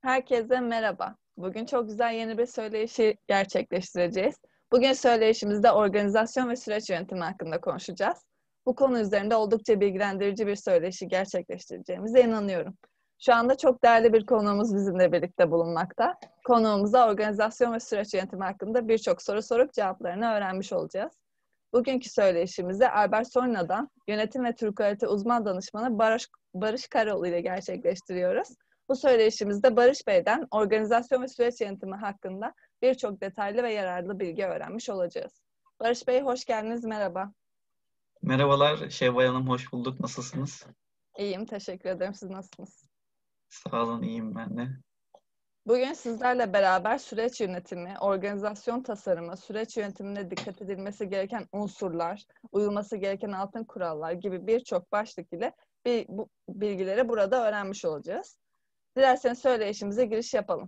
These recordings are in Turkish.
Herkese merhaba. Bugün çok güzel yeni bir söyleşi gerçekleştireceğiz. Bugün söyleyişimizde organizasyon ve süreç yönetimi hakkında konuşacağız. Bu konu üzerinde oldukça bilgilendirici bir söyleşi gerçekleştireceğimize inanıyorum. Şu anda çok değerli bir konuğumuz bizimle birlikte bulunmakta. Konuğumuza organizasyon ve süreç yönetimi hakkında birçok soru sorup cevaplarını öğrenmiş olacağız. Bugünkü söyleşimizi Albert Sorna'dan yönetim ve Türk kalite uzman danışmanı Barış Karaoğlu ile gerçekleştiriyoruz. Bu söyleşimizde Barış Bey'den organizasyon ve süreç yönetimi hakkında birçok detaylı ve yararlı bilgi öğrenmiş olacağız. Barış Bey hoş geldiniz, merhaba. Merhabalar Şevval Hanım, hoş bulduk. Nasılsınız? İyiyim, teşekkür ederim. Siz nasılsınız? Sağ olun, iyiyim ben de. Bugün sizlerle beraber süreç yönetimi, organizasyon tasarımı, süreç yönetimine dikkat edilmesi gereken unsurlar, uyulması gereken altın kurallar gibi birçok başlık ile bu bilgileri burada öğrenmiş olacağız. Dilerseniz söyleyişimize giriş yapalım.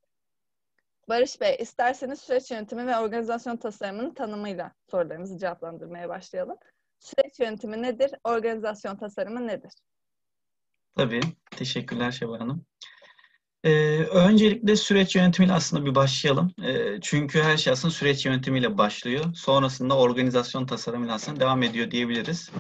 Barış Bey, isterseniz süreç yönetimi ve organizasyon tasarımının tanımıyla sorularımızı cevaplandırmaya başlayalım. Süreç yönetimi nedir? Organizasyon tasarımı nedir? Tabii, teşekkürler Şevval Hanım. Öncelikle süreç yönetimiyle aslında bir başlayalım. Çünkü her şey aslında süreç yönetimiyle başlıyor. Sonrasında organizasyon tasarımıyla aslında devam ediyor diyebiliriz.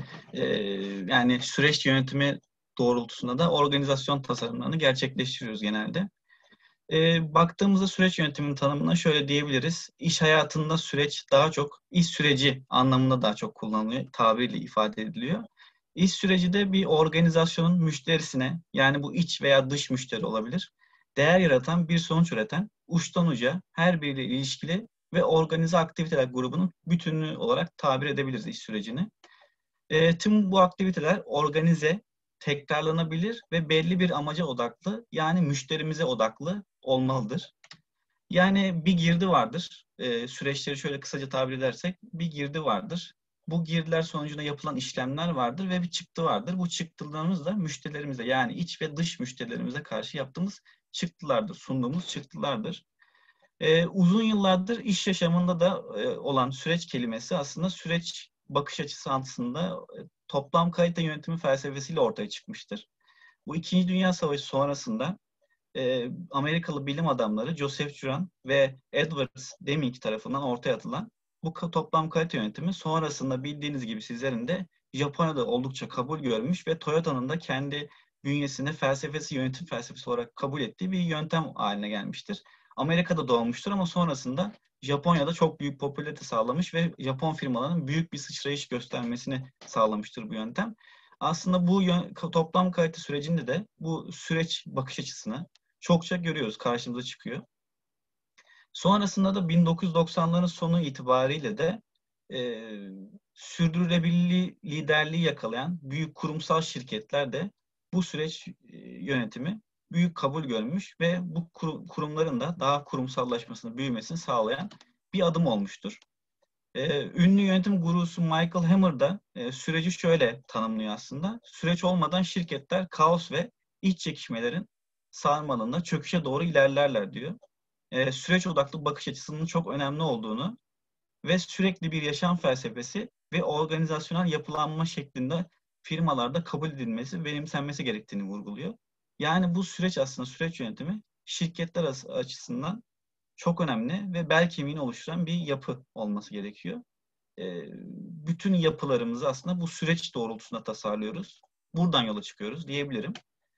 Yani süreç yönetimi doğrultusunda da organizasyon tasarımlarını gerçekleştiriyoruz genelde. Baktığımızda süreç yönetiminin tanımına şöyle diyebiliriz. İş hayatında süreç daha çok iş süreci anlamında daha çok kullanılıyor, tabiriyle ifade ediliyor. İş süreci de bir organizasyonun müşterisine, yani bu iç veya dış müşteri olabilir, değer yaratan, bir sonuç üreten, uçtan uca her biriyle ilişkili ve organize aktiviteler grubunun bütünü olarak tabir edebiliriz iş sürecini. Tüm bu aktiviteler organize, tekrarlanabilir ve belli bir amaca odaklı, yani müşterimize odaklı olmalıdır. Yani bir girdi vardır. Süreçleri şöyle kısaca tabir edersek, bir girdi vardır. Bu girdiler sonucunda yapılan işlemler vardır ve bir çıktı vardır. Bu çıktılarımız da müşterilerimize, yani iç ve dış müşterilerimize karşı yaptığımız çıktılardır, sunduğumuz çıktılardır. Uzun yıllardır iş yaşamında da olan süreç kelimesi aslında süreç bakış açısı aslında toplam kalite yönetimi felsefesiyle ortaya çıkmıştır. Bu İkinci Dünya Savaşı sonrasında Amerikalı bilim adamları Joseph Juran ve Edward Deming tarafından ortaya atılan bu toplam kalite yönetimi sonrasında bildiğiniz gibi sizlerin de Japonya'da oldukça kabul görmüş ve Toyota'nın da kendi bünyesinde felsefesi, yönetim felsefesi olarak kabul ettiği bir yöntem haline gelmiştir. Amerika'da doğmuştur ama sonrasında Japonya'da çok büyük popülarite sağlamış ve Japon firmalarının büyük bir sıçrayış göstermesini sağlamıştır bu yöntem. Aslında bu toplam kalite sürecinde de bu süreç bakış açısını çokça görüyoruz, karşımıza çıkıyor. Sonrasında da 1990'ların sonu itibariyle de e, sürdürülebilirliği liderliği yakalayan büyük kurumsal şirketler de bu süreç yönetimi büyük kabul görmüş ve bu kurumların da daha kurumsallaşmasını, büyümesini sağlayan bir adım olmuştur. Ünlü yönetim gurusu Michael Hammer da süreci şöyle tanımlıyor aslında. Süreç olmadan şirketler kaos ve iç çekişmelerin sarmalında çöküşe doğru ilerlerler diyor. Süreç odaklı bakış açısının çok önemli olduğunu ve sürekli bir yaşam felsefesi ve organizasyonel yapılanma şeklinde firmalarda kabul edilmesi, benimsenmesi gerektiğini vurguluyor. Yani bu süreç aslında süreç yönetimi şirketler açısından çok önemli ve bel kemiğini oluşturan bir yapı olması gerekiyor. Bütün yapılarımızı aslında bu süreç doğrultusunda tasarlıyoruz. Buradan yola çıkıyoruz diyebilirim.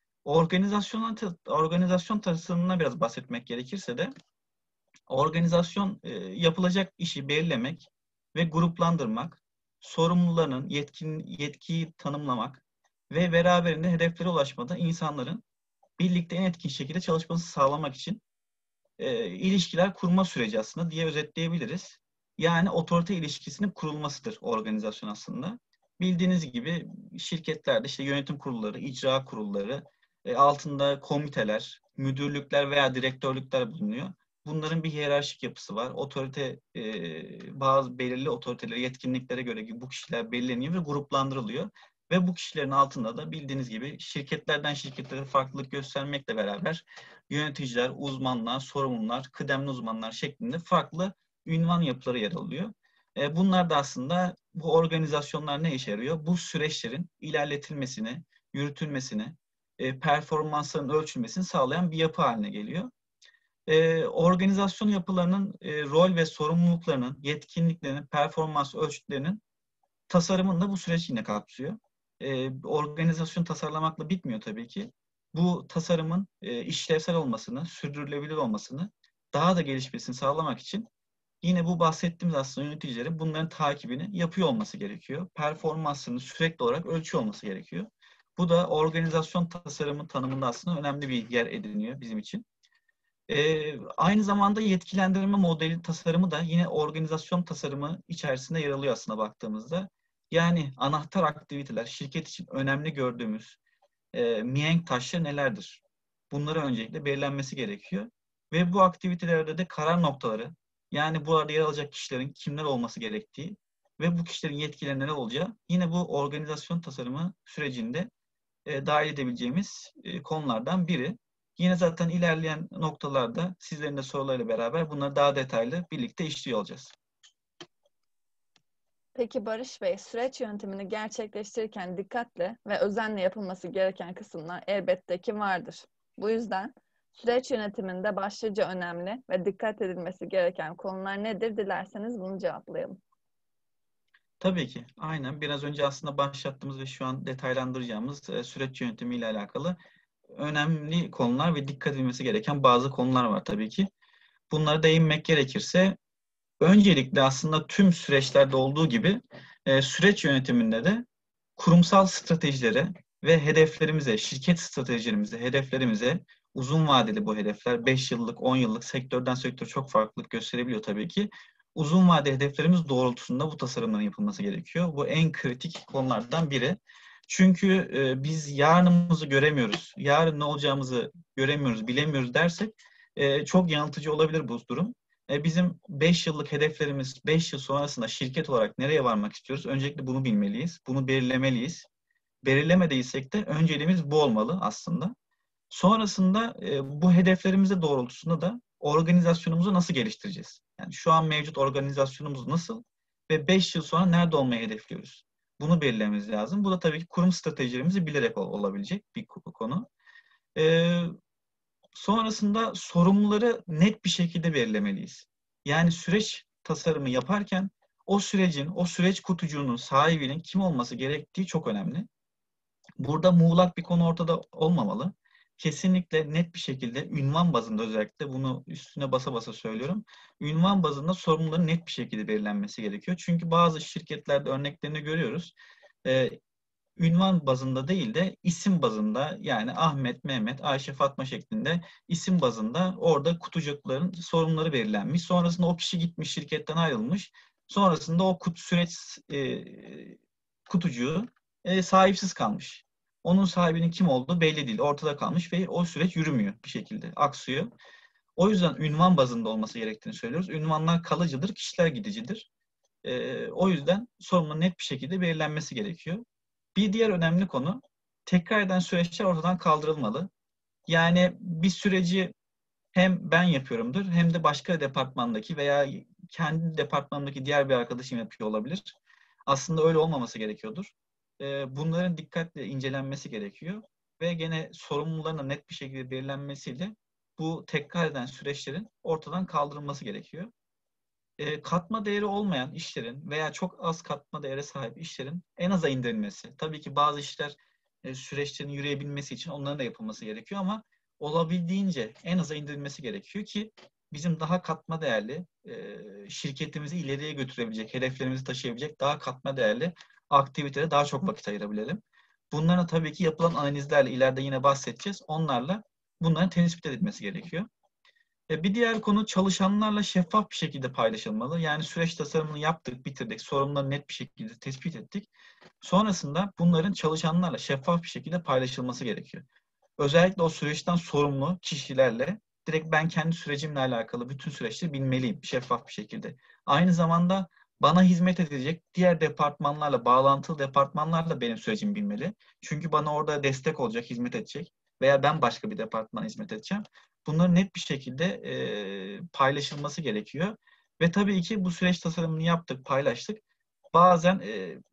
Organizasyon tasarımına biraz bahsetmek gerekirse de organizasyon yapılacak işi belirlemek ve gruplandırmak, sorumlularının yetkiyi tanımlamak ve beraberinde hedeflere ulaşmada insanların birlikte en etkin şekilde çalışmasını sağlamak için ilişkiler kurma süreci aslında diye özetleyebiliriz. Yani otorite ilişkisinin kurulmasıdır organizasyon aslında. Bildiğiniz gibi şirketlerde işte yönetim kurulları, icra kurulları, altında komiteler, müdürlükler veya direktörlükler bulunuyor. Bunların bir hiyerarşik yapısı var. Otorite, bazı belirli otoritelere, yetkinliklere göre bu kişiler belirleniyor ve gruplandırılıyor. Ve bu kişilerin altında da bildiğiniz gibi şirketlerden şirketlere farklılık göstermekle beraber yöneticiler, uzmanlar, sorumlular, kıdemli uzmanlar şeklinde farklı ünvan yapıları yer alıyor. Bunlar da aslında bu organizasyonlar ne işe yarıyor? Bu süreçlerin ilerletilmesini, yürütülmesini, performansların ölçülmesini sağlayan bir yapı haline geliyor. Organizasyon yapılarının rol ve sorumluluklarının, yetkinliklerinin, performans ölçütlerinin tasarımını da bu süreç yine kapsıyor. Organizasyon tasarlamakla bitmiyor tabii ki. Bu tasarımın işlevsel olmasını, sürdürülebilir olmasını, daha da gelişmesini sağlamak için yine bu bahsettiğimiz aslında yöneticilerin bunların takibini yapıyor olması gerekiyor. Performansını sürekli olarak ölçüyor olması gerekiyor. Bu da organizasyon tasarımı tanımında aslında önemli bir yer ediniyor bizim için. Aynı zamanda yetkilendirme modeli tasarımı da yine organizasyon tasarımı içerisinde yer alıyor aslında baktığımızda. Yani anahtar aktiviteler, şirket için önemli gördüğümüz mihenk taşları nelerdir? Bunları öncelikle belirlenmesi gerekiyor. Ve bu aktivitelerde de karar noktaları, yani bu arada yer alacak kişilerin kimler olması gerektiği ve bu kişilerin yetkileri neler olacağı yine bu organizasyon tasarımı sürecinde dahil edebileceğimiz konulardan biri. Yine zaten ilerleyen noktalarda sizlerin de sorularıyla beraber bunları daha detaylı birlikte işliyor olacağız. Peki Barış Bey, süreç yönetimini gerçekleştirirken dikkatle ve özenle yapılması gereken kısımlar elbette ki vardır. Bu yüzden süreç yönetiminde başlıca önemli ve dikkat edilmesi gereken konular nedir? Dilerseniz bunu cevaplayalım. Tabii ki. Aynen. Biraz önce aslında başlattığımız ve şu an detaylandıracağımız süreç yönetimi ile alakalı önemli konular ve dikkat edilmesi gereken bazı konular var tabii ki. Bunlara değinmek gerekirse öncelikle aslında tüm süreçlerde olduğu gibi süreç yönetiminde de kurumsal stratejilere ve hedeflerimize, şirket stratejilerimize, hedeflerimize uzun vadeli bu hedefler 5 yıllık, 10 yıllık sektörden sektöre çok farklılık gösterebiliyor tabii ki. Uzun vadeli hedeflerimiz doğrultusunda bu tasarımların yapılması gerekiyor. Bu en kritik konulardan biri. Çünkü biz yarınımızı göremiyoruz. Yarın ne olacağımızı göremiyoruz, bilemiyoruz dersek çok yanıltıcı olabilir bu durum. Bizim 5 yıllık hedeflerimiz 5 yıl sonrasında şirket olarak nereye varmak istiyoruz? Öncelikle bunu bilmeliyiz. Bunu belirlemeliyiz. Belirlemediysek de önceliğimiz bu olmalı aslında. Sonrasında bu hedeflerimize doğrultusunda da organizasyonumuzu nasıl geliştireceğiz? Yani şu an mevcut organizasyonumuz nasıl ve 5 yıl sonra nerede olmayı hedefliyoruz? Bunu belirlememiz lazım. Bu da tabii ki kurum stratejilerimizi bilerek olabilecek bir konu. Sonrasında sorumluları net bir şekilde belirlemeliyiz. Yani süreç tasarımı yaparken o süreç kutucuğunun sahibinin kim olması gerektiği çok önemli. Burada muğlak bir konu ortada olmamalı. Kesinlikle net bir şekilde ünvan bazında özellikle bunu üstüne basa basa söylüyorum. Ünvan bazında sorumluların net bir şekilde belirlenmesi gerekiyor. Çünkü bazı şirketlerde örneklerini görüyoruz. Ünvan bazında değil de isim bazında yani Ahmet, Mehmet, Ayşe, Fatma şeklinde isim bazında orada kutucukların sorumluları belirlenmiş. Sonrasında o kişi gitmiş şirketten ayrılmış. Sonrasında o süreç kutucuğu sahipsiz kalmış. Onun sahibinin kim olduğu belli değil. Ortada kalmış ve o süreç yürümüyor bir şekilde. Aksıyor. O yüzden ünvan bazında olması gerektiğini söylüyoruz. Ünvanlar kalıcıdır, kişiler gidicidir. O yüzden sorumluluğun net bir şekilde belirlenmesi gerekiyor. Bir diğer önemli konu tekrar eden süreçler ortadan kaldırılmalı. Yani bir süreci hem ben yapıyorumdur hem de başka departmandaki veya kendi departmanımdaki diğer bir arkadaşım yapıyor olabilir. Aslında öyle olmaması gerekiyordur. Bunların dikkatle incelenmesi gerekiyor ve gene sorumluların da net bir şekilde belirlenmesiyle bu tekrar eden süreçlerin ortadan kaldırılması gerekiyor. Katma değeri olmayan işlerin veya çok az katma değere sahip işlerin en aza indirilmesi. Tabii ki bazı işler süreçlerin yürüyebilmesi için onların da yapılması gerekiyor ama olabildiğince en aza indirilmesi gerekiyor ki bizim daha katma değerli, şirketimizi ileriye götürebilecek, hedeflerimizi taşıyabilecek daha katma değerli aktivitelere daha çok vakit ayırabilelim. Bunların tabii ki yapılan analizlerle ileride yine bahsedeceğiz. Onlarla bunların tespit edilmesi gerekiyor. Bir diğer konu çalışanlarla şeffaf bir şekilde paylaşılmalı. Yani süreç tasarımını yaptık, bitirdik, sorunları net bir şekilde tespit ettik. Sonrasında bunların çalışanlarla şeffaf bir şekilde paylaşılması gerekiyor. Özellikle o süreçten sorumlu kişilerle direkt ben kendi sürecimle alakalı bütün süreçleri bilmeliyim şeffaf bir şekilde. Aynı zamanda bana hizmet edecek diğer departmanlarla, bağlantılı departmanlarla benim sürecimi bilmeli. Çünkü bana orada destek olacak, hizmet edecek veya ben başka bir departmana hizmet edeceğim. Bunların net bir şekilde paylaşılması gerekiyor. Ve tabii ki bu süreç tasarımını yaptık, paylaştık. Bazen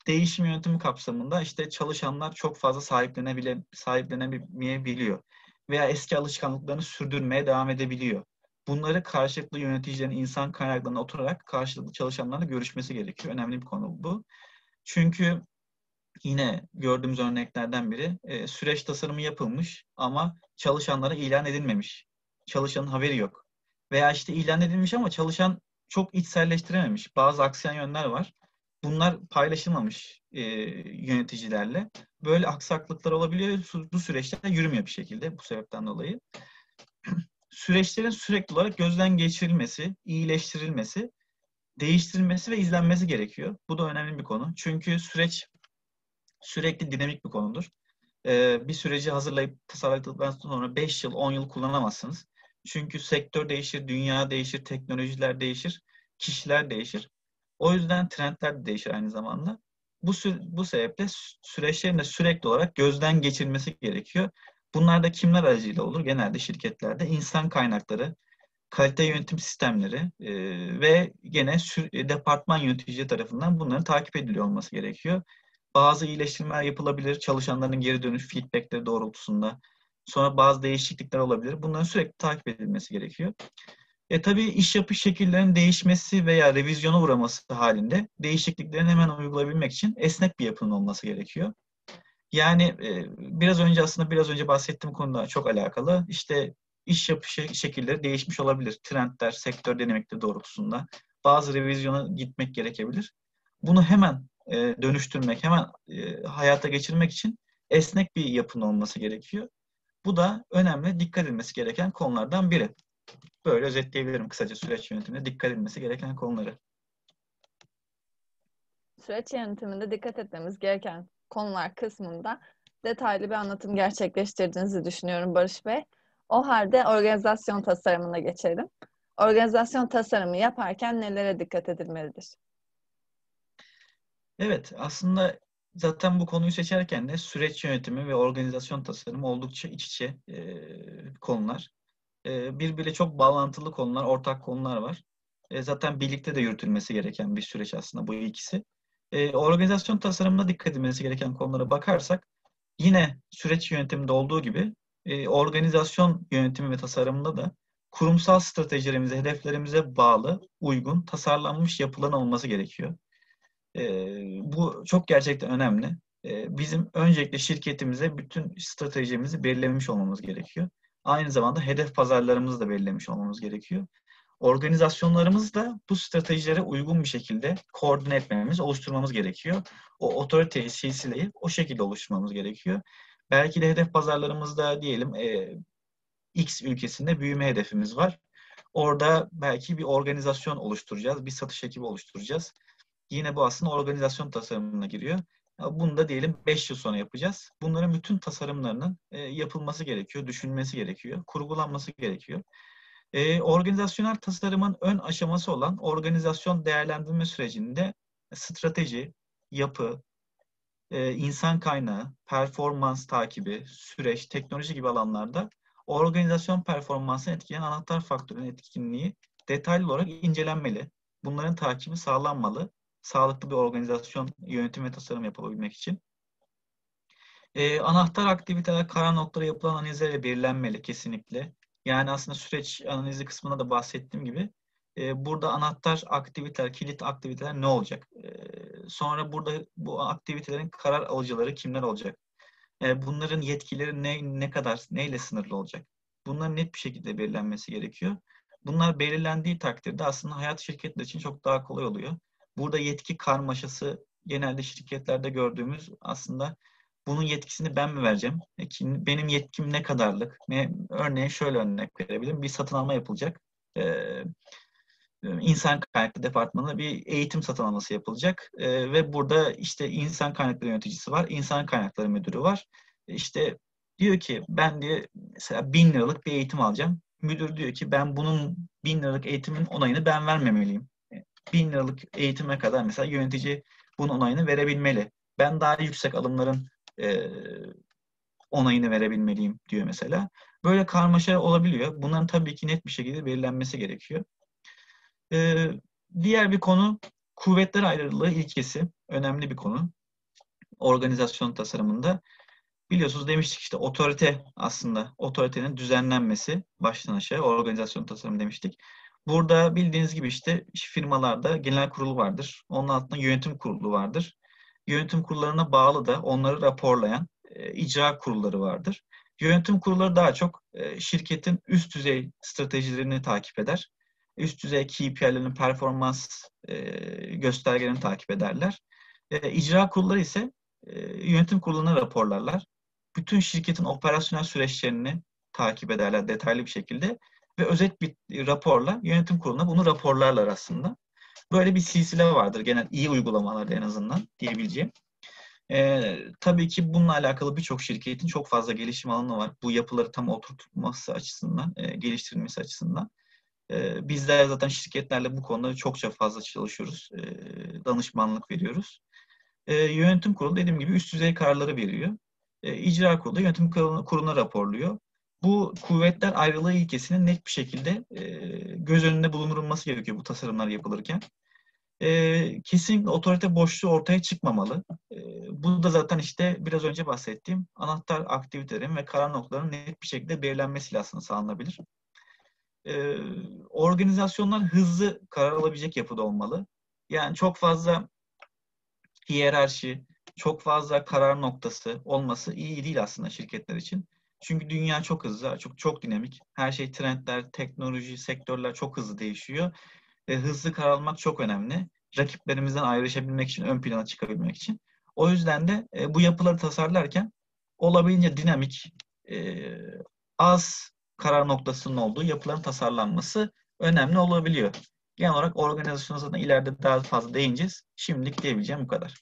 değişim yönetimi kapsamında işte çalışanlar çok fazla sahiplenemeyebiliyor veya eski alışkanlıklarını sürdürmeye devam edebiliyor. Bunları karşılıklı yöneticilerin insan kaynaklarına oturarak karşılıklı çalışanlarla görüşmesi gerekiyor. Önemli bir konu bu. Çünkü yine gördüğümüz örneklerden biri süreç tasarımı yapılmış ama çalışanlara ilan edilmemiş. Çalışanın haberi yok. Veya işte ilan edilmiş ama çalışan çok içselleştirememiş. Bazı aksayan yönler var. Bunlar paylaşılmamış yöneticilerle. Böyle aksaklıklar olabiliyor. Bu süreçler yürümüyor bir şekilde bu sebepten dolayı. Süreçlerin sürekli olarak gözden geçirilmesi, iyileştirilmesi, değiştirilmesi ve izlenmesi gerekiyor. Bu da önemli bir konu. Çünkü süreç sürekli dinamik bir konudur. Bir süreci hazırlayıp tasarladıktan sonra 5 yıl, 10 yıl kullanamazsınız. Çünkü sektör değişir, dünya değişir, teknolojiler değişir, kişiler değişir. O yüzden trendler de değişir aynı zamanda. Bu sebeple süreçlerin de sürekli olarak gözden geçirilmesi gerekiyor. Bunlar da kimler aracıyla olur? Genelde şirketlerde insan kaynakları, kalite yönetim sistemleri ve gene departman yöneticileri tarafından bunların takip ediliyor olması gerekiyor. Bazı iyileştirmeler yapılabilir çalışanların geri dönüş feedbackleri doğrultusunda. Sonra bazı değişiklikler olabilir. Bunların sürekli takip edilmesi gerekiyor. Tabii iş yapış şekillerinin değişmesi veya revizyona uğraması halinde değişikliklerin hemen uygulayabilmek için esnek bir yapının olması gerekiyor. Yani biraz önce bahsettiğim konuda çok alakalı. İşte iş yapış şekilleri değişmiş olabilir. Trendler, sektör dinamikleri doğrultusunda. Bazı revizyona gitmek gerekebilir. Bunu hemen dönüştürmek, hemen hayata geçirmek için esnek bir yapının olması gerekiyor. Bu da önemli, dikkat edilmesi gereken konulardan biri. Böyle özetleyebilirim kısaca süreç yönetiminde dikkat edilmesi gereken konuları. Süreç yönetiminde dikkat etmemiz gereken konular kısmında detaylı bir anlatım gerçekleştirdiğinizi düşünüyorum Barış Bey. O halde organizasyon tasarımına geçelim. Organizasyon tasarımı yaparken nelere dikkat edilmelidir? Evet, aslında zaten bu konuyu seçerken de süreç yönetimi ve organizasyon tasarımı oldukça iç içe konular. Birbiriyle çok bağlantılı konular, ortak konular var. Zaten birlikte de yürütülmesi gereken bir süreç aslında bu ikisi. Organizasyon tasarımına dikkat edilmesi gereken konulara bakarsak, yine süreç yönetiminde olduğu gibi organizasyon yönetimi ve tasarımında da kurumsal stratejilerimize, hedeflerimize bağlı, uygun, tasarlanmış yapılan olması gerekiyor. Bu çok gerçekten önemli. Bizim öncelikle şirketimize bütün stratejimizi belirlemiş olmamız gerekiyor. Aynı zamanda hedef pazarlarımızı da belirlemiş olmamız gerekiyor. Organizasyonlarımızı da bu stratejilere uygun bir şekilde koordine etmemiz, oluşturmamız gerekiyor. O otoriteyi, silsileyi o şekilde oluşturmamız gerekiyor. Belki de hedef pazarlarımızda diyelim X ülkesinde büyüme hedefimiz var. Orada belki bir organizasyon oluşturacağız, bir satış ekibi oluşturacağız. Yine bu aslında organizasyon tasarımına giriyor. Bunu da diyelim 5 yıl sonra yapacağız. Bunların bütün tasarımlarının yapılması gerekiyor, düşünülmesi gerekiyor, kurgulanması gerekiyor. Organizasyonel tasarımın ön aşaması olan organizasyon değerlendirme sürecinde strateji, yapı, insan kaynağı, performans takibi, süreç, teknoloji gibi alanlarda organizasyon performansını etkileyen anahtar faktörün etkinliği detaylı olarak incelenmeli. Bunların takibi sağlanmalı. Sağlıklı bir organizasyon yönetim ve tasarım yapabilmek için. Anahtar aktiviteler kara noktalara yapılan analizlerle belirlenmeli kesinlikle. Yani aslında süreç analizi kısmında da bahsettiğim gibi burada anahtar aktiviteler, kilit aktiviteler ne olacak? Sonra burada bu aktivitelerin karar alıcıları kimler olacak? Bunların yetkileri ne kadar, neyle sınırlı olacak? Bunların net bir şekilde belirlenmesi gerekiyor. Bunlar belirlendiği takdirde aslında hayat şirketler için çok daha kolay oluyor. Burada yetki karmaşası genelde şirketlerde gördüğümüz aslında bunun yetkisini ben mi vereceğim? Benim yetkim ne kadarlık? Örneğin şöyle örnek verebilirim. Bir satın alma yapılacak. İnsan kaynaklı departmanına bir eğitim satın alması yapılacak. Ve burada işte insan kaynakları yöneticisi var, insan kaynakları müdürü var. İşte diyor ki ben diye mesela 1.000 liralık bir eğitim alacağım. Müdür diyor ki ben bunun 1.000 liralık eğitimin onayını ben vermemeliyim. 1.000 liralık eğitime kadar mesela yönetici bunun onayını verebilmeli. Ben daha yüksek alımların onayını verebilmeliyim diyor mesela. Böyle karmaşa olabiliyor. Bunların tabii ki net bir şekilde belirlenmesi gerekiyor. Diğer bir konu kuvvetler ayrılığı ilkesi. önemli bir konu. Organizasyon tasarımında. Biliyorsunuz demiştik işte otorite aslında otoritenin düzenlenmesi baştan aşağı organizasyon tasarımı demiştik. Burada bildiğiniz gibi işte firmalarda genel kurulu vardır. Onun altında yönetim kurulu vardır. Yönetim kurullarına bağlı da onları raporlayan icra kurulları vardır. Yönetim kurulları daha çok şirketin üst düzey stratejilerini takip eder. Üst düzey KPI'lerin performans göstergelerini takip ederler. İcra kurulları ise yönetim kuruluna raporlarlar. Bütün şirketin operasyonel süreçlerini takip ederler detaylı bir şekilde ve özet bir raporla yönetim kuruluna bunu raporlarlar aslında. Böyle bir silsile vardır genel iyi uygulamalarda en azından diyebileceğim. Tabii ki bununla alakalı birçok şirketin çok fazla gelişim alanı var. Bu yapıları tam oturtulması açısından, geliştirilmesi açısından. Bizler zaten şirketlerle bu konuda çokça fazla çalışıyoruz. Danışmanlık veriyoruz. Yönetim kurulu dediğim gibi üst düzey kararları veriyor. İcra kurulu da yönetim kuruluna raporluyor. Bu kuvvetler ayrılığı ilkesinin net bir şekilde göz önünde bulundurulması gerekiyor bu tasarımlar yapılırken. Kesinlikle otorite boşluğu ortaya çıkmamalı. Bu da zaten işte biraz önce bahsettiğim anahtar aktivitelerin ve karar noktalarının net bir şekilde belirlenmesiyle aslında sağlanabilir. Organizasyonlar hızlı karar alabilecek yapıda olmalı. Yani çok fazla hiyerarşi, çok fazla karar noktası olması iyi değil aslında şirketler için. Çünkü dünya çok hızlı, çok dinamik. Her şey trendler, teknoloji, sektörler çok hızlı değişiyor. Hızlı karar almak çok önemli. Rakiplerimizden ayrışabilmek için, ön plana çıkabilmek için. O yüzden de bu yapıları tasarlarken olabildiğince dinamik, az karar noktasının olduğu yapıların tasarlanması önemli olabiliyor. Genel olarak organizasyona zaten ileride daha fazla değineceğiz. Şimdilik diyebileceğim bu kadar.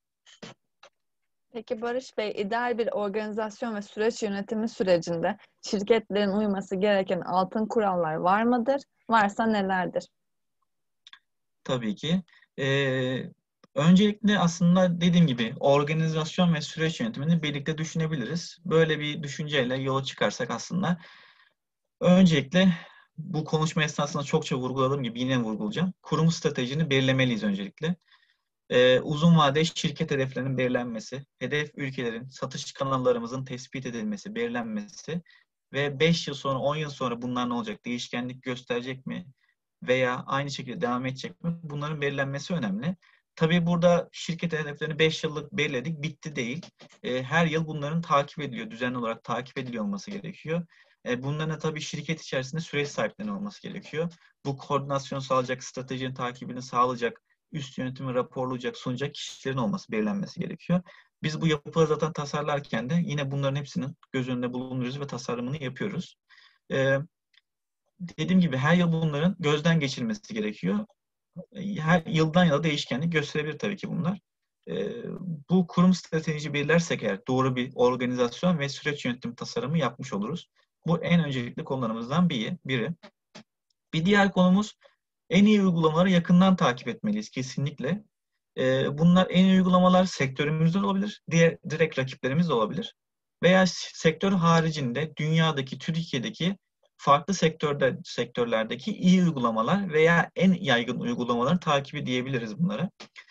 Peki Barış Bey, ideal bir organizasyon ve süreç yönetimi sürecinde şirketlerin uyması gereken altın kurallar var mıdır? Varsa nelerdir? Tabii ki. Öncelikle aslında dediğim gibi organizasyon ve süreç yönetimini birlikte düşünebiliriz. Böyle bir düşünceyle yola çıkarsak aslında öncelikle bu konuşma esnasında çokça vurguladığım gibi yine vurgulayacağım. Kurum stratejini belirlemeliyiz öncelikle. Uzun vade şirket hedeflerinin belirlenmesi, hedef ülkelerin, satış kanallarımızın tespit edilmesi, belirlenmesi ve 5 yıl sonra, 10 yıl sonra bunlar ne olacak? Değişkenlik gösterecek mi? Veya aynı şekilde devam edecek mi? Bunların belirlenmesi önemli. Tabii burada şirket hedeflerini 5 yıllık belirledik, bitti değil. Her yıl bunların takip ediliyor, düzenli olarak takip ediliyor olması gerekiyor. Bunların da tabii şirket içerisinde süreç sahiplerinin olması gerekiyor. Bu koordinasyon sağlayacak, stratejinin takibini sağlayacak, üst yönetimi raporlayacak, sunacak kişilerin olması, belirlenmesi gerekiyor. Biz bu yapıları zaten tasarlarken de yine bunların hepsinin göz önünde bulunduruyoruz ve tasarımını yapıyoruz. Dediğim gibi her yıl bunların gözden geçirilmesi gerekiyor. Her yıldan yıla değişkenlik gösterebilir tabii ki bunlar. Bu kurum strateji belirlersek eğer doğru bir organizasyon ve süreç yönetim tasarımı yapmış oluruz. Bu en öncelikli konularımızdan biri. Bir diğer konumuz en iyi uygulamaları yakından takip etmeliyiz kesinlikle. Bunlar en iyi uygulamalar sektörümüzde olabilir, diğer direkt rakiplerimiz de olabilir. Veya sektör haricinde dünyadaki, Türkiye'deki farklı sektörlerdeki iyi uygulamalar veya en yaygın uygulamaların takibi diyebiliriz bunlara.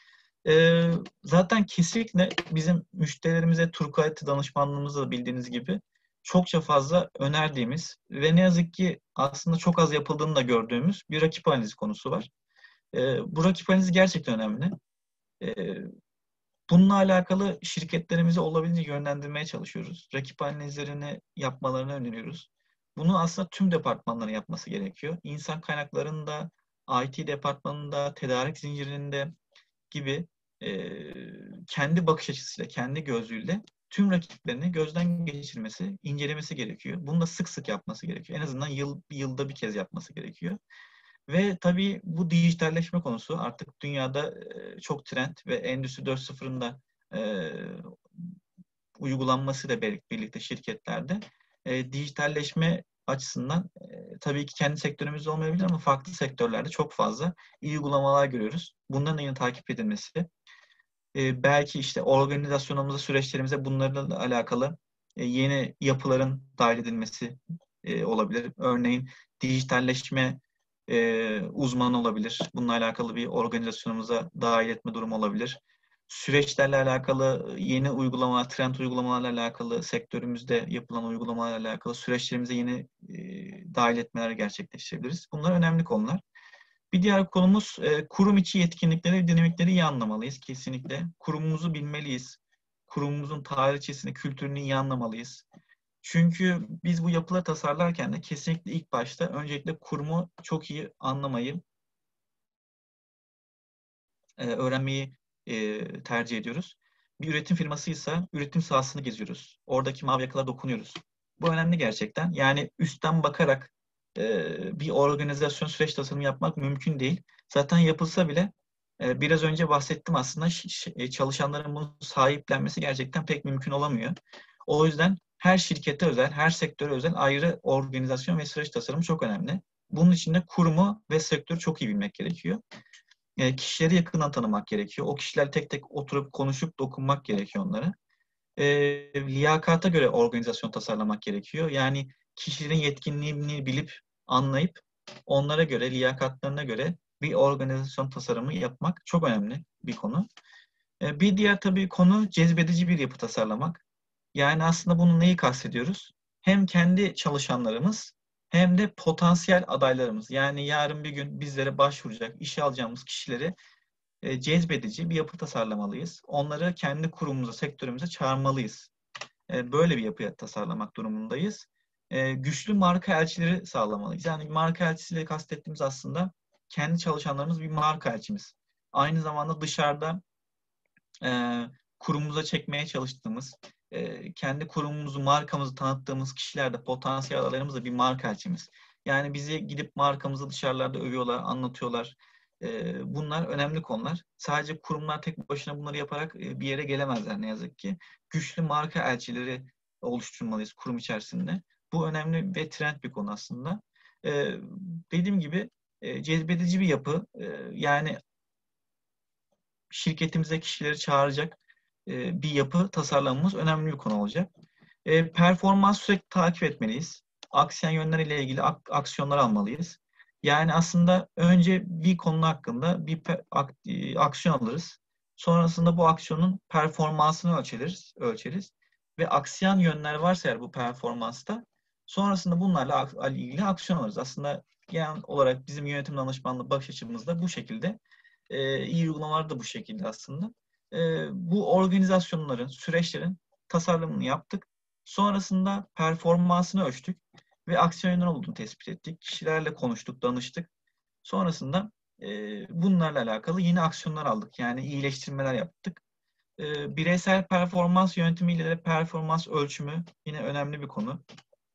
Zaten kesinlikle bizim müşterilerimize Turquoise danışmanlığımızda da bildiğiniz gibi çokça fazla önerdiğimiz ve ne yazık ki aslında çok az yapıldığını da gördüğümüz bir rakip analizi konusu var. Bu rakip analizi gerçekten önemli. Bununla alakalı şirketlerimizi olabildiğince yönlendirmeye çalışıyoruz. Rakip analizlerini yapmalarını öneriyoruz. Bunu aslında tüm departmanların yapması gerekiyor. İnsan kaynaklarında, IT departmanında, tedarik zincirinde gibi kendi bakış açısıyla, kendi gözlüğüyle tüm rakiplerini gözden geçirmesi, incelemesi gerekiyor. Bunu da sık sık yapması gerekiyor. En azından yılda bir kez yapması gerekiyor. Ve tabii bu dijitalleşme konusu artık dünyada çok trend ve Endüstri 4.0'ın da uygulanmasıyla birlikte şirketlerde dijitalleşme açısından tabii ki kendi sektörümüzde olmayabilir ama farklı sektörlerde çok fazla iyi uygulamalar görüyoruz. Bunların da yine takip edilmesi, belki işte organizasyonumuza, süreçlerimize bunlarla alakalı yeni yapıların dahil edilmesi olabilir. Örneğin dijitalleşme uzmanı olabilir. Bununla alakalı bir organizasyonumuza dahil etme durumu olabilir. süreçlerle alakalı yeni uygulamalar, trend uygulamalarla alakalı, sektörümüzde yapılan uygulamalarla alakalı süreçlerimize yeni dahil etmeler gerçekleştirebiliriz. Bunlar önemli konular. Bir diğer konumuz kurum içi yetkinlikleri ve dinamikleri iyi anlamalıyız kesinlikle. Kurumumuzu bilmeliyiz. Kurumumuzun tarihçesini, kültürünü iyi anlamalıyız. Çünkü biz bu yapıları tasarlarken de kesinlikle ilk başta öncelikle kurumu çok iyi anlamayı, öğrenmeyi tercih ediyoruz. Bir üretim firmasıysa üretim sahasını geziyoruz. Oradaki mavi yakalara dokunuyoruz. Bu önemli gerçekten. Yani üstten bakarak bir organizasyon süreç tasarımı yapmak mümkün değil. Zaten yapılsa bile biraz önce bahsettim aslında çalışanların bunu sahiplenmesi gerçekten pek mümkün olamıyor. O yüzden her şirkete özel, her sektöre özel ayrı organizasyon ve süreç tasarımı çok önemli. Bunun için de kurumu ve sektörü çok iyi bilmek gerekiyor. Kişileri yakından tanımak gerekiyor. O kişiler tek tek oturup konuşup dokunmak gerekiyor onlara. Liyakata göre organizasyon tasarlamak gerekiyor. Yani kişilerin yetkinliğini bilip anlayıp onlara göre, liyakatlarına göre bir organizasyon tasarımı yapmak çok önemli bir konu. Bir diğer tabii konu cezbedici bir yapı tasarlamak. Yani aslında bunu neyi kastediyoruz? Hem kendi çalışanlarımız hem de potansiyel adaylarımız. Yani yarın bir gün bizlere başvuracak, işe alacağımız kişileri cezbedici bir yapı tasarlamalıyız. Onları kendi kurumumuza, sektörümüze çağırmalıyız. Böyle bir yapı tasarlamak durumundayız. Güçlü marka elçileri sağlamalıyız. Yani marka elçisiyle kastettiğimiz aslında kendi çalışanlarımız bir marka elçimiz. Aynı zamanda dışarıda kurumumuza çekmeye çalıştığımız, kendi kurumumuzu, markamızı tanıttığımız kişiler de, potansiyel adaylarımız da bir marka elçimiz. Yani bizi gidip markamızı dışarılarda övüyorlar, anlatıyorlar. Bunlar önemli konular. Sadece kurumlar tek başına bunları yaparak bir yere gelemezler ne yazık ki. Güçlü marka elçileri oluşturmalıyız kurum içerisinde. Bu önemli ve trend bir konu aslında. Dediğim gibi cezbedici bir yapı. Yani şirketimize kişileri çağıracak bir yapı tasarlamamız önemli bir konu olacak. Performans sürekli takip etmeliyiz. Aksiyon yönleriyle ilgili aksiyonlar almalıyız. Yani aslında önce bir konu hakkında bir aksiyon alırız. Sonrasında bu aksiyonun performansını ölçeriz. Ve aksiyon yönler varsa eğer bu performansta sonrasında bunlarla ilgili aksiyon alırız. Aslında genel olarak bizim yönetim danışmanlığı bakış açımızda bu şekilde. İyi uygulamalar da bu şekilde aslında. Bu organizasyonların, süreçlerin tasarımını yaptık. Sonrasında performansını ölçtük ve aksiyonlar olduğunu tespit ettik. Kişilerle konuştuk, danıştık. Sonrasında bunlarla alakalı yeni aksiyonlar aldık. Yani iyileştirmeler yaptık. Bireysel performans yönetimiyle de performans ölçümü yine önemli bir konu.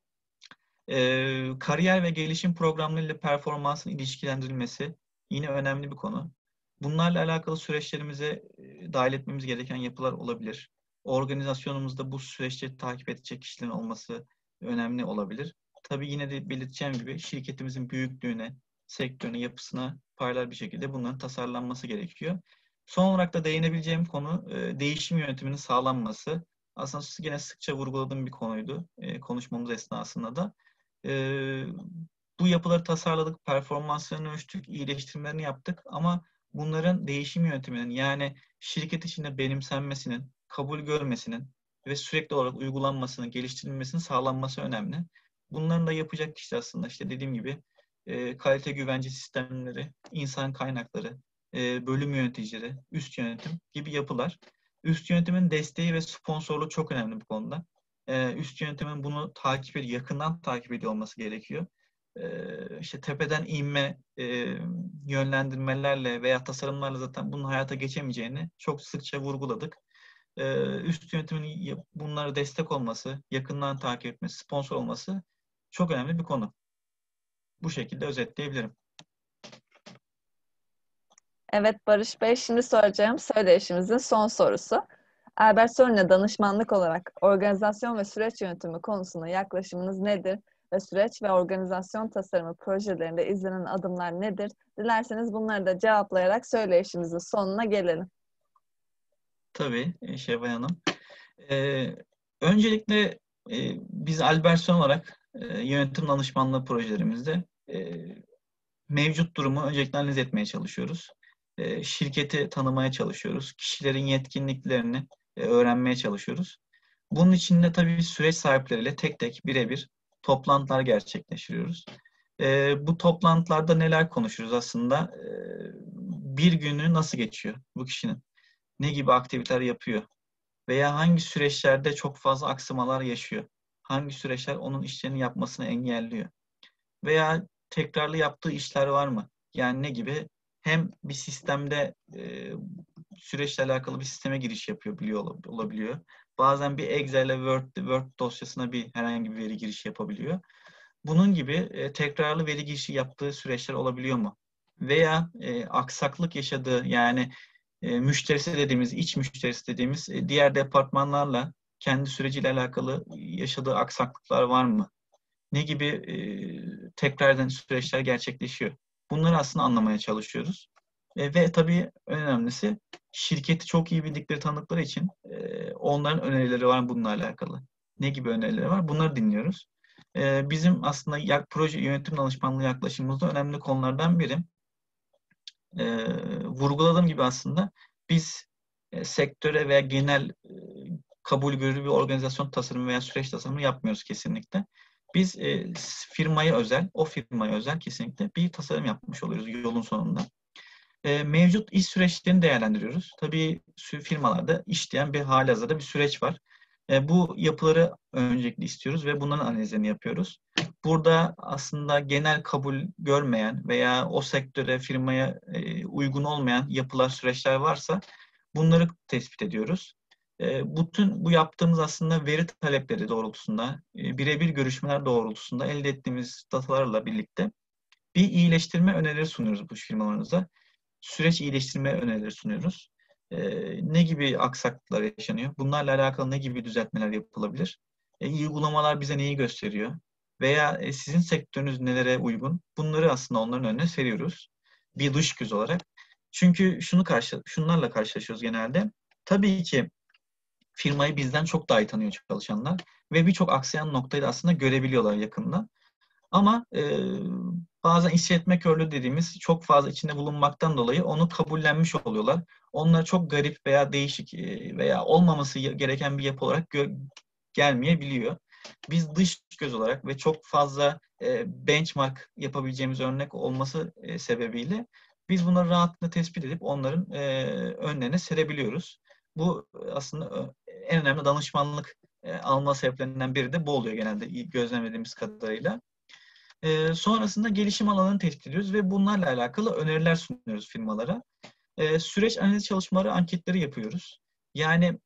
Kariyer ve gelişim programlarıyla performansın ilişkilendirilmesi yine önemli bir konu. Bunlarla alakalı süreçlerimize dahil etmemiz gereken yapılar olabilir. Organizasyonumuzda bu süreçleri takip edecek kişilerin olması önemli olabilir. Tabii yine de belirteceğim gibi şirketimizin büyüklüğüne, sektörüne, yapısına paralel bir şekilde bunların tasarlanması gerekiyor. Son olarak da değinebileceğim konu değişim yönetiminin sağlanması. Aslında yine sıkça vurguladığım bir konuydu konuşmamız esnasında da. Bu yapıları tasarladık, performanslarını ölçtük, iyileştirmelerini yaptık ama bunların değişim yönetiminin yani şirket içinde benimsenmesinin, kabul görmesinin ve sürekli olarak uygulanmasının, geliştirilmesinin sağlanması önemli. Bunların da yapacak kişi aslında işte dediğim gibi kalite güvence sistemleri, insan kaynakları, bölüm yöneticileri, üst yönetim gibi yapılar. Üst yönetimin desteği ve sponsorluğu çok önemli bu konuda. Üst yönetimin bunu yakından takip ediyor olması gerekiyor. İşte tepeden inme yönlendirmelerle veya tasarımlarla zaten bunun hayata geçemeyeceğini çok sıkça vurguladık. Üst yönetimin bunlara destek olması, yakından takip etmesi, sponsor olması çok önemli bir konu. Bu şekilde özetleyebilirim. Evet Barış Bey, şimdi soracağım söyleşimizin son sorusu. Albert Sorun'a danışmanlık olarak organizasyon ve süreç yönetimi konusunda yaklaşımınız nedir? Ve süreç ve organizasyon tasarımı projelerinde izlenen adımlar nedir? Dilerseniz bunları da cevaplayarak söyleşimizin sonuna gelelim. Tabii Şevval Hanım. Öncelikle biz Albertson olarak yönetim danışmanlığı projelerimizde mevcut durumu öncelikle analiz etmeye çalışıyoruz. şirketi tanımaya çalışıyoruz. Kişilerin yetkinliklerini öğrenmeye çalışıyoruz. Bunun için de tabii süreç sahipleriyle tek tek birebir toplantılar gerçekleştiriyoruz. Bu toplantılarda neler konuşuruz aslında? Bir günü nasıl geçiyor bu kişinin? Ne gibi aktiviteler yapıyor? Veya hangi süreçlerde çok fazla aksamalar yaşıyor? Hangi süreçler onun işlerini yapmasını engelliyor? Veya tekrarlı yaptığı işler var mı? Yani ne gibi? Hem bir sistemde süreçle alakalı bir sisteme giriş yapıyor olabiliyor. Bazen bir Excel ile Word dosyasına herhangi bir veri girişi yapabiliyor. Bunun gibi tekrarlı veri girişi yaptığı süreçler olabiliyor mu? Veya aksaklık yaşadığı, yani müşterisi dediğimiz, iç müşterisi dediğimiz diğer departmanlarla kendi süreciyle alakalı yaşadığı aksaklıklar var mı? Ne gibi tekrardan süreçler gerçekleşiyor? Bunları aslında anlamaya çalışıyoruz. Ve tabii en önemlisi, şirketi çok iyi bildikleri, tanıdıkları için onların önerileri var bununla alakalı. Ne gibi önerileri var? Bunları dinliyoruz. Bizim aslında proje yönetim danışmanlığı yaklaşımımızda önemli konulardan biri. Vurguladığım gibi aslında biz sektöre veya genel kabul görür bir organizasyon tasarımı veya süreç tasarımı yapmıyoruz kesinlikle. Biz o firmaya özel kesinlikle bir tasarım yapmış oluyoruz yolun sonunda. Mevcut iş süreçlerini değerlendiriyoruz. Tabii firmalarda işleyen halihazırda bir süreç var. Bu yapıları öncelikle istiyoruz ve bunların analizini yapıyoruz. Burada aslında genel kabul görmeyen veya o sektöre, firmaya uygun olmayan yapılar, süreçler varsa bunları tespit ediyoruz. Bütün bu yaptığımız aslında veri talepleri doğrultusunda, birebir görüşmeler doğrultusunda elde ettiğimiz datalarla birlikte bir iyileştirme önerileri sunuyoruz bu firmalarımıza. Süreç iyileştirme önerileri sunuyoruz. Ne gibi aksaklıklar yaşanıyor? Bunlarla alakalı ne gibi düzeltmeler yapılabilir? Uygulamalar bize neyi gösteriyor? Veya sizin sektörünüz nelere uygun? Bunları aslında onların önüne seriyoruz. Bir dış göz olarak. Çünkü şunlarla karşılaşıyoruz genelde. Tabii ki firmayı bizden çok daha iyi tanıyor çalışanlar ve birçok aksayan noktayı da aslında görebiliyorlar yakında. Ama bazen işletme körlüğü dediğimiz çok fazla içinde bulunmaktan dolayı onu kabullenmiş oluyorlar. Onlara çok garip veya değişik veya olmaması gereken bir yapı olarak gelmeyebiliyor. Biz dış göz olarak ve çok fazla benchmark yapabileceğimiz örnek olması sebebiyle biz bunları rahatlıkla tespit edip onların önlerine serebiliyoruz. Bu aslında en önemli danışmanlık alma sebeplerinden biri de bu oluyor genelde gözlemlediğimiz kadarıyla. Sonrasında gelişim alanını tespit ediyoruz ve bunlarla alakalı öneriler sunuyoruz firmalara. Süreç analiz çalışmaları, anketleri yapıyoruz. Yani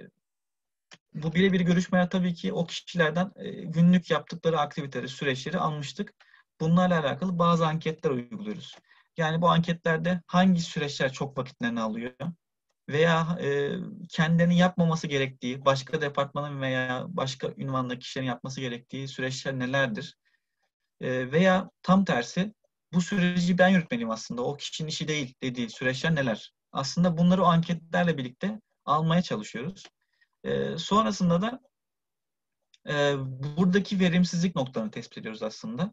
bu birebir görüşmeler tabii ki o kişilerden günlük yaptıkları aktiviteleri, süreçleri almıştık. Bunlarla alakalı bazı anketler uyguluyoruz. Yani bu anketlerde hangi süreçler çok vakitlerini alıyor veya kendilerinin yapmaması gerektiği, başka departmanın veya başka ünvandaki kişilerin yapması gerektiği süreçler nelerdir? Veya tam tersi, bu süreci ben yürütmeliyim aslında, o kişinin işi değil dediği süreçler neler? Aslında bunları o anketlerle birlikte almaya çalışıyoruz. Sonrasında da buradaki verimsizlik noktalarını tespit ediyoruz aslında.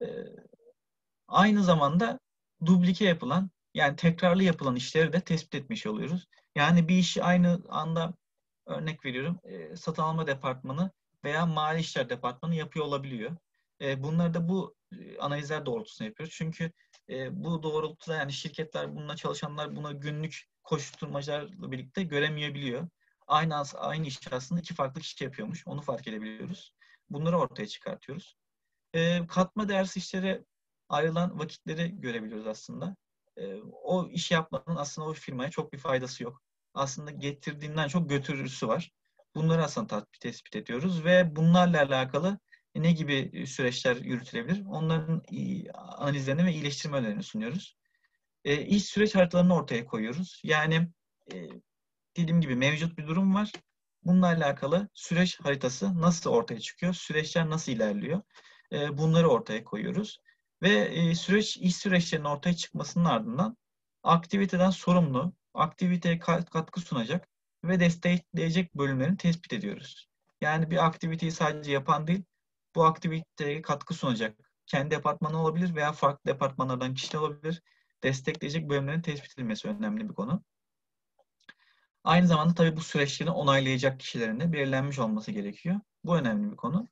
Aynı zamanda dublike yapılan, yani tekrarlı yapılan işleri de tespit etmiş oluyoruz. Yani bir işi aynı anda, örnek veriyorum, satın alma departmanı veya mali işler departmanı yapıyor olabiliyor. Bunları da bu analizler doğrultusunda yapıyoruz. Çünkü bu doğrultuda yani şirketler, bununla çalışanlar bunu günlük koşturmacalarla birlikte göremeyebiliyor. Aynı iş aslında iki farklı kişi yapıyormuş. Onu fark edebiliyoruz. Bunları ortaya çıkartıyoruz. Katma değersiz işlere ayrılan vakitleri görebiliyoruz aslında. O işi yapmanın aslında o firmaya çok bir faydası yok. Aslında getirdiğinden çok götürüsü var. Bunları aslında tespit ediyoruz ve bunlarla alakalı ne gibi süreçler yürütülebilir? Onların analizlerini ve iyileştirme önerilerini sunuyoruz. İş süreç haritalarını ortaya koyuyoruz. Yani dediğim gibi mevcut bir durum var. Bununla alakalı süreç haritası nasıl ortaya çıkıyor? Süreçler nasıl ilerliyor? Bunları ortaya koyuyoruz. Ve iş süreçlerinin ortaya çıkmasının ardından aktiviteden sorumlu, aktiviteye katkı sunacak ve destekleyecek bölümlerini tespit ediyoruz. Yani bir aktiviteyi sadece yapan değil, bu aktiviteye katkı sunacak kendi departmanı olabilir veya farklı departmanlardan kişiler olabilir. destekleyecek bölümlerin tespit edilmesi önemli bir konu. Aynı zamanda tabii bu süreçleri onaylayacak kişilerin de belirlenmiş olması gerekiyor. Bu önemli bir konu.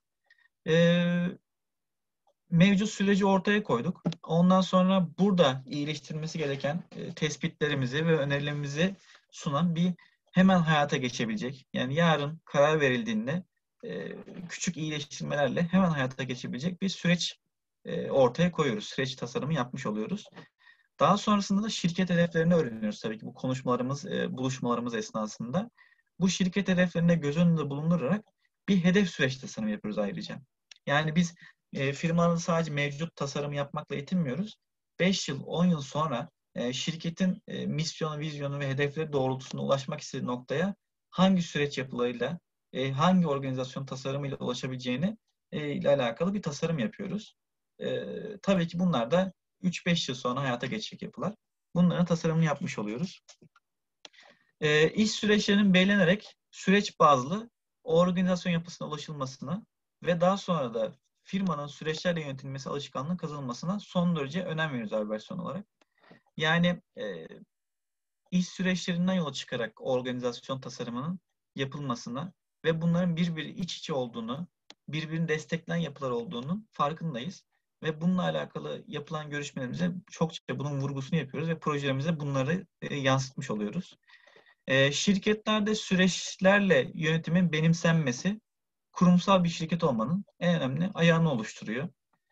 Mevcut süreci ortaya koyduk. Ondan sonra burada iyileştirilmesi gereken tespitlerimizi ve önerilerimizi sunan bir hemen hayata geçebilecek, yani yarın karar verildiğinde küçük iyileştirmelerle hemen hayata geçebilecek bir süreç ortaya koyuyoruz. Süreç tasarımı yapmış oluyoruz. Daha sonrasında da şirket hedeflerini öğreniyoruz tabii ki bu konuşmalarımız, buluşmalarımız esnasında. Bu şirket hedeflerine göz önünde bulundurarak bir hedef süreç tasarımı yapıyoruz ayrıca. Yani biz firmanın sadece mevcut tasarımı yapmakla yetinmiyoruz. 5 yıl, 10 yıl sonra şirketin misyonu, vizyonu ve hedefleri doğrultusunda ulaşmak istediği noktaya hangi süreç yapılarıyla, hangi organizasyon tasarımıyla ulaşabileceğini ile alakalı bir tasarım yapıyoruz. Tabii ki bunlar da 3-5 yıl sonra hayata geçecek yapılar. Bunların tasarımını yapmış oluyoruz. İş süreçlerinin belirlenerek süreç bazlı organizasyon yapısına ulaşılmasına ve daha sonra da firmanın süreçlerle yönetilmesi alışkanlığı kazanılmasına son derece önem veriyoruz Albertson olarak. Yani iş süreçlerinden yola çıkarak organizasyon tasarımının yapılmasına ve bunların birbiri iç içe olduğunu, birbirini destekleyen yapılar olduğunun farkındayız. Ve bununla alakalı yapılan görüşmelerimizde çokça bunun vurgusunu yapıyoruz ve projelerimize bunları yansıtmış oluyoruz. Şirketlerde süreçlerle yönetimin benimsenmesi kurumsal bir şirket olmanın en önemli ayağını oluşturuyor.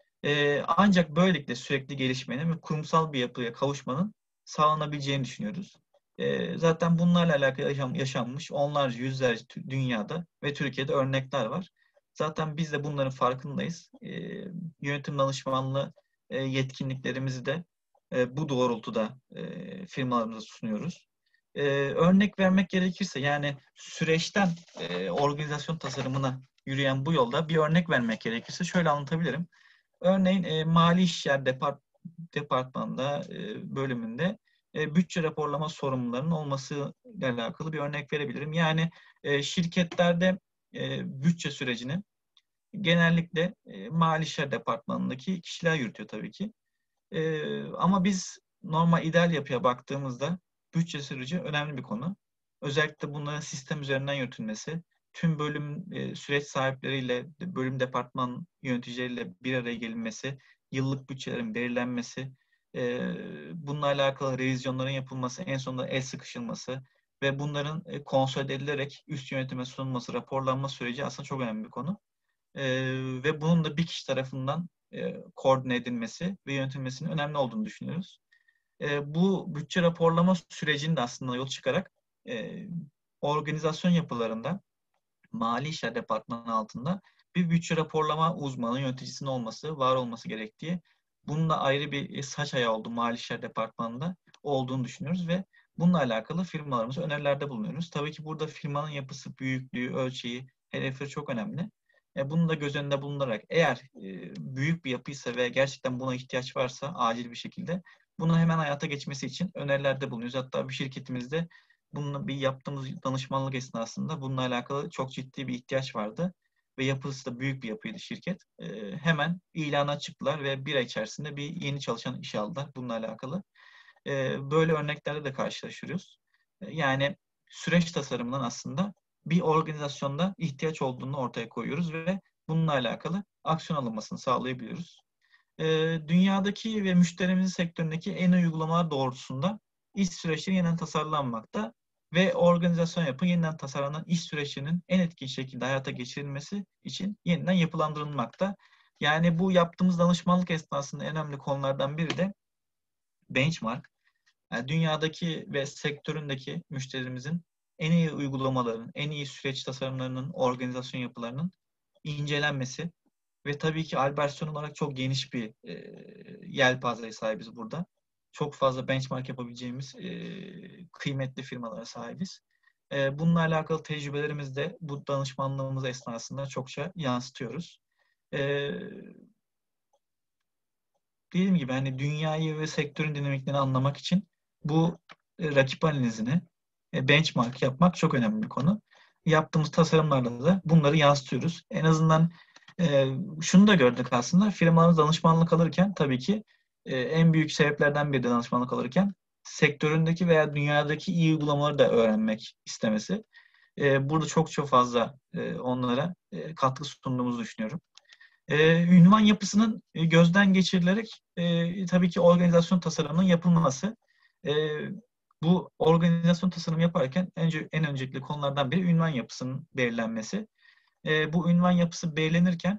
Ancak böylelikle sürekli gelişmenin ve kurumsal bir yapıya kavuşmanın sağlanabileceğini düşünüyoruz. Zaten bunlarla alakalı yaşanmış onlarca, yüzlerce dünyada ve Türkiye'de örnekler var. Zaten biz de bunların farkındayız. Yönetim danışmanlığı yetkinliklerimizi de bu doğrultuda firmalarımıza sunuyoruz. Örnek vermek gerekirse yani süreçten organizasyon tasarımına yürüyen bu yolda bir örnek vermek gerekirse şöyle anlatabilirim. Örneğin mali işler departmanında bölümünde bütçe raporlama sorumlularının olması ile alakalı bir örnek verebilirim. Yani şirketlerde bütçe sürecini genellikle mali işler departmanındaki kişiler yürütüyor tabii ki. Ama biz normal ideal yapıya baktığımızda bütçe süreci önemli bir konu. Özellikle bunların sistem üzerinden yürütülmesi, tüm bölüm süreç sahipleriyle, bölüm departman yöneticileriyle bir araya gelinmesi, yıllık bütçelerin belirlenmesi, bununla alakalı revizyonların yapılması, en sonunda el sıkışılması ve bunların konsolide edilerek üst yönetime sunulması, raporlanma süreci aslında çok önemli bir konu. Ve bunun da bir kişi tarafından koordine edilmesi ve yönetilmesinin önemli olduğunu düşünüyoruz. Bu bütçe raporlama sürecini de aslında yol çıkarak organizasyon yapılarında mali işler departmanı altında bir bütçe raporlama uzmanı, yöneticisinin olması, var olması gerektiği, bunun da ayrı bir saç ayağı olduğu mali işler departmanında olduğunu düşünüyoruz ve bununla alakalı firmalarımıza önerilerde bulunuyoruz. Tabii ki burada firmanın yapısı, büyüklüğü, ölçeği, hedefleri çok önemli. Bunu da göz önünde bulundurarak eğer büyük bir yapıysa ve gerçekten buna ihtiyaç varsa acil bir şekilde bunu hemen hayata geçmesi için önerilerde bulunuyoruz. Hatta bir şirketimizde bununla bir yaptığımız danışmanlık esnasında bununla alakalı çok ciddi bir ihtiyaç vardı. Ve yapısı da büyük bir yapıydı şirket. Hemen ilana çıktılar ve bir ay içerisinde bir yeni çalışan işe aldılar bununla alakalı. Böyle örneklerle de karşılaşıyoruz. Yani süreç tasarımından aslında bir organizasyonda ihtiyaç olduğunu ortaya koyuyoruz ve bununla alakalı aksiyon alınmasını sağlayabiliyoruz. Dünyadaki ve müşterimizin sektöründeki en iyi uygulamalar doğrultusunda iş süreçleri yeniden tasarlanmakta ve organizasyon yapı yeniden tasarlanan iş süreçlerinin en etkili şekilde hayata geçirilmesi için yeniden yapılandırılmakta. Yani bu yaptığımız danışmanlık esnasında en önemli konulardan biri de benchmark. Yani dünyadaki ve sektöründeki müşterimizin en iyi uygulamaların, en iyi süreç tasarımlarının, organizasyon yapılarının incelenmesi ve tabii ki Albertson olarak çok geniş bir yelpazeye sahibiz burada. Çok fazla benchmark yapabileceğimiz kıymetli firmalara sahibiz. Bununla alakalı tecrübelerimizi de bu danışmanlığımız esnasında çokça yansıtıyoruz. Dediğim gibi hani dünyayı ve sektörün dinamiklerini anlamak için bu rakip analizini benchmark yapmak çok önemli bir konu. Yaptığımız tasarımlarda da bunları yansıtıyoruz. En azından şunu da gördük aslında firmalarımız danışmanlık alırken tabii ki en büyük sebeplerden biri danışmanlık alırken sektöründeki veya dünyadaki iyi uygulamaları da öğrenmek istemesi. Burada çok fazla onlara katkı sunduğumuzu düşünüyorum. Ünvan yapısının gözden geçirilerek tabii ki organizasyon tasarımının yapılması. E, Bu organizasyon tasarımı yaparken en öncelikli konulardan biri ünvan yapısının belirlenmesi. Bu ünvan yapısı belirlenirken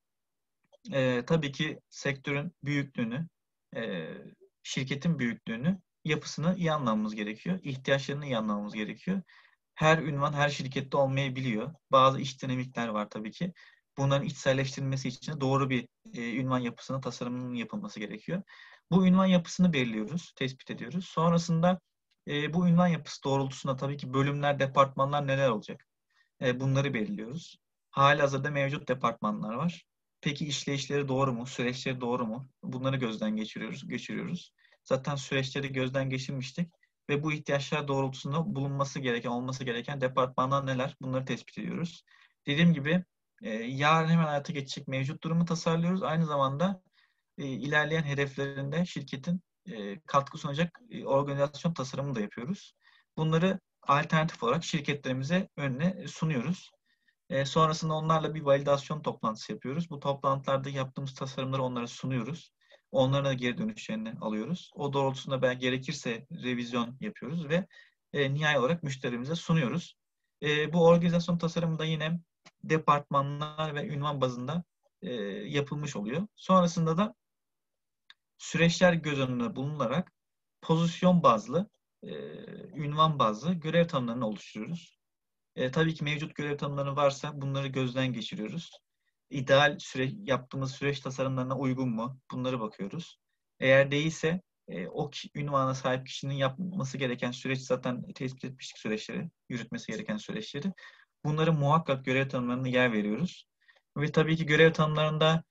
tabii ki sektörün büyüklüğünü, şirketin büyüklüğünü, yapısını iyi anlamamız gerekiyor. İhtiyaçlarını iyi anlamamız gerekiyor. Her ünvan her şirkette olmayabiliyor. Bazı iç dinamikler var tabii ki. Bunların içselleştirilmesi için doğru bir ünvan yapısının tasarımının yapılması gerekiyor. Bu ünvan yapısını belirliyoruz, tespit ediyoruz. Sonrasında bu ünvan yapısı doğrultusunda tabii ki bölümler, departmanlar neler olacak? Bunları belirliyoruz. Halihazırda mevcut departmanlar var. Peki işleyişleri doğru mu? Süreçleri doğru mu? Bunları gözden geçiriyoruz. Zaten süreçleri gözden geçirmiştik ve bu ihtiyaçlar doğrultusunda olması gereken departmanlar neler? Bunları tespit ediyoruz. Dediğim gibi yarın hemen hayata geçecek mevcut durumu tasarlıyoruz. Aynı zamanda ilerleyen hedeflerinde şirketin katkı sunacak organizasyon tasarımını da yapıyoruz. Bunları alternatif olarak şirketlerimize önüne sunuyoruz. Sonrasında onlarla bir validasyon toplantısı yapıyoruz. Bu toplantılarda yaptığımız tasarımları onlara sunuyoruz. Onların da geri dönüşlerini alıyoruz. O doğrultusunda gerekirse revizyon yapıyoruz ve nihai olarak müşterimize sunuyoruz. Bu organizasyon tasarımı da yine departmanlar ve ünvan bazında yapılmış oluyor. Sonrasında da süreçler göz önüne bulunularak pozisyon bazlı, ünvan bazlı görev tanımlarını oluşturuyoruz. Tabii ki mevcut görev tanımları varsa bunları gözden geçiriyoruz. İdeal yaptığımız süreç tasarımlarına uygun mu? Bunları bakıyoruz. Eğer değilse ünvana sahip kişinin yapması gereken süreç zaten tespit etmiştik süreçleri, yürütmesi gereken süreçleri. Bunları muhakkak görev tanımlarına yer veriyoruz. Ve tabii ki görev tanımlarında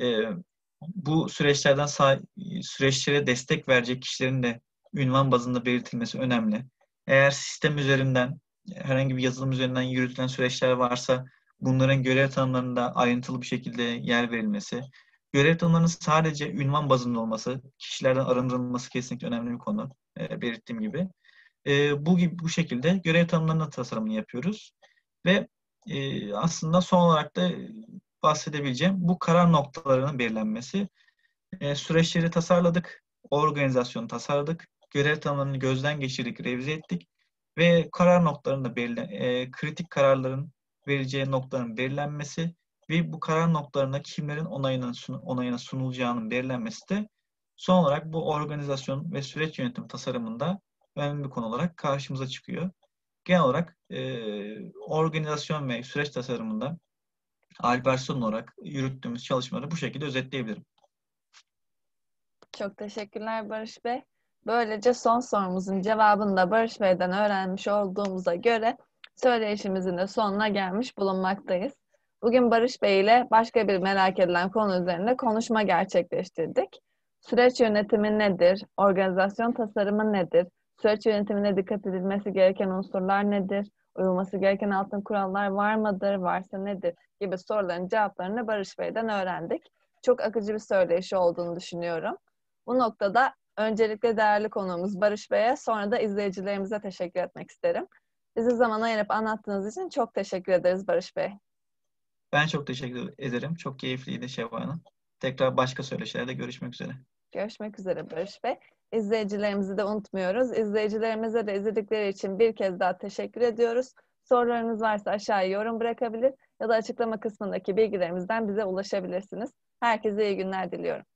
bu süreçlere destek verecek kişilerin de ünvan bazında belirtilmesi önemli. Eğer sistem üzerinden, herhangi bir yazılım üzerinden yürütülen süreçler varsa bunların görev tanımlarında ayrıntılı bir şekilde yer verilmesi, görev tanımlarının sadece ünvan bazında olması, kişilerden arındırılması kesinlikle önemli bir konu, belirttiğim gibi. Bu şekilde görev tanımlarının tasarımını yapıyoruz ve aslında son olarak da bahsedebileceğim bu karar noktalarının belirlenmesi. Süreçleri tasarladık, organizasyonu tasarladık, görev tanımlarını gözden geçirdik, revize ettik ve karar noktalarının da kritik kararların vereceği noktaların belirlenmesi ve bu karar noktalarına kimlerin onayına sunulacağının belirlenmesi de son olarak bu organizasyon ve süreç yönetim tasarımında önemli bir konu olarak karşımıza çıkıyor. Genel olarak organizasyon ve süreç tasarımında Alparslan olarak yürüttüğümüz çalışmaları bu şekilde özetleyebilirim. Çok teşekkürler Barış Bey. Böylece son sorumuzun cevabını da Barış Bey'den öğrenmiş olduğumuza göre söyleşimizin de sonuna gelmiş bulunmaktayız. Bugün Barış Bey ile başka bir merak edilen konu üzerinde konuşma gerçekleştirdik. Süreç yönetimi nedir? Organizasyon tasarımı nedir? Süreç yönetimine dikkat edilmesi gereken unsurlar nedir? Uyulması gereken altın kurallar var mıdır? Varsa nedir? Gibi soruların cevaplarını Barış Bey'den öğrendik. Çok akıcı bir söyleşi olduğunu düşünüyorum. Bu noktada öncelikle değerli konuğumuz Barış Bey'e, sonra da izleyicilerimize teşekkür etmek isterim. Bizi zaman ayırıp anlattığınız için çok teşekkür ederiz Barış Bey. Ben çok teşekkür ederim. Çok keyifliydi Şevval Hanım. Tekrar başka söyleşilerde görüşmek üzere. Görüşmek üzere Barış Bey. İzleyicilerimizi de unutmuyoruz. İzleyicilerimize de izledikleri için bir kez daha teşekkür ediyoruz. Sorularınız varsa aşağıya yorum bırakabilir ya da açıklama kısmındaki bilgilerimizden bize ulaşabilirsiniz. Herkese iyi günler diliyorum.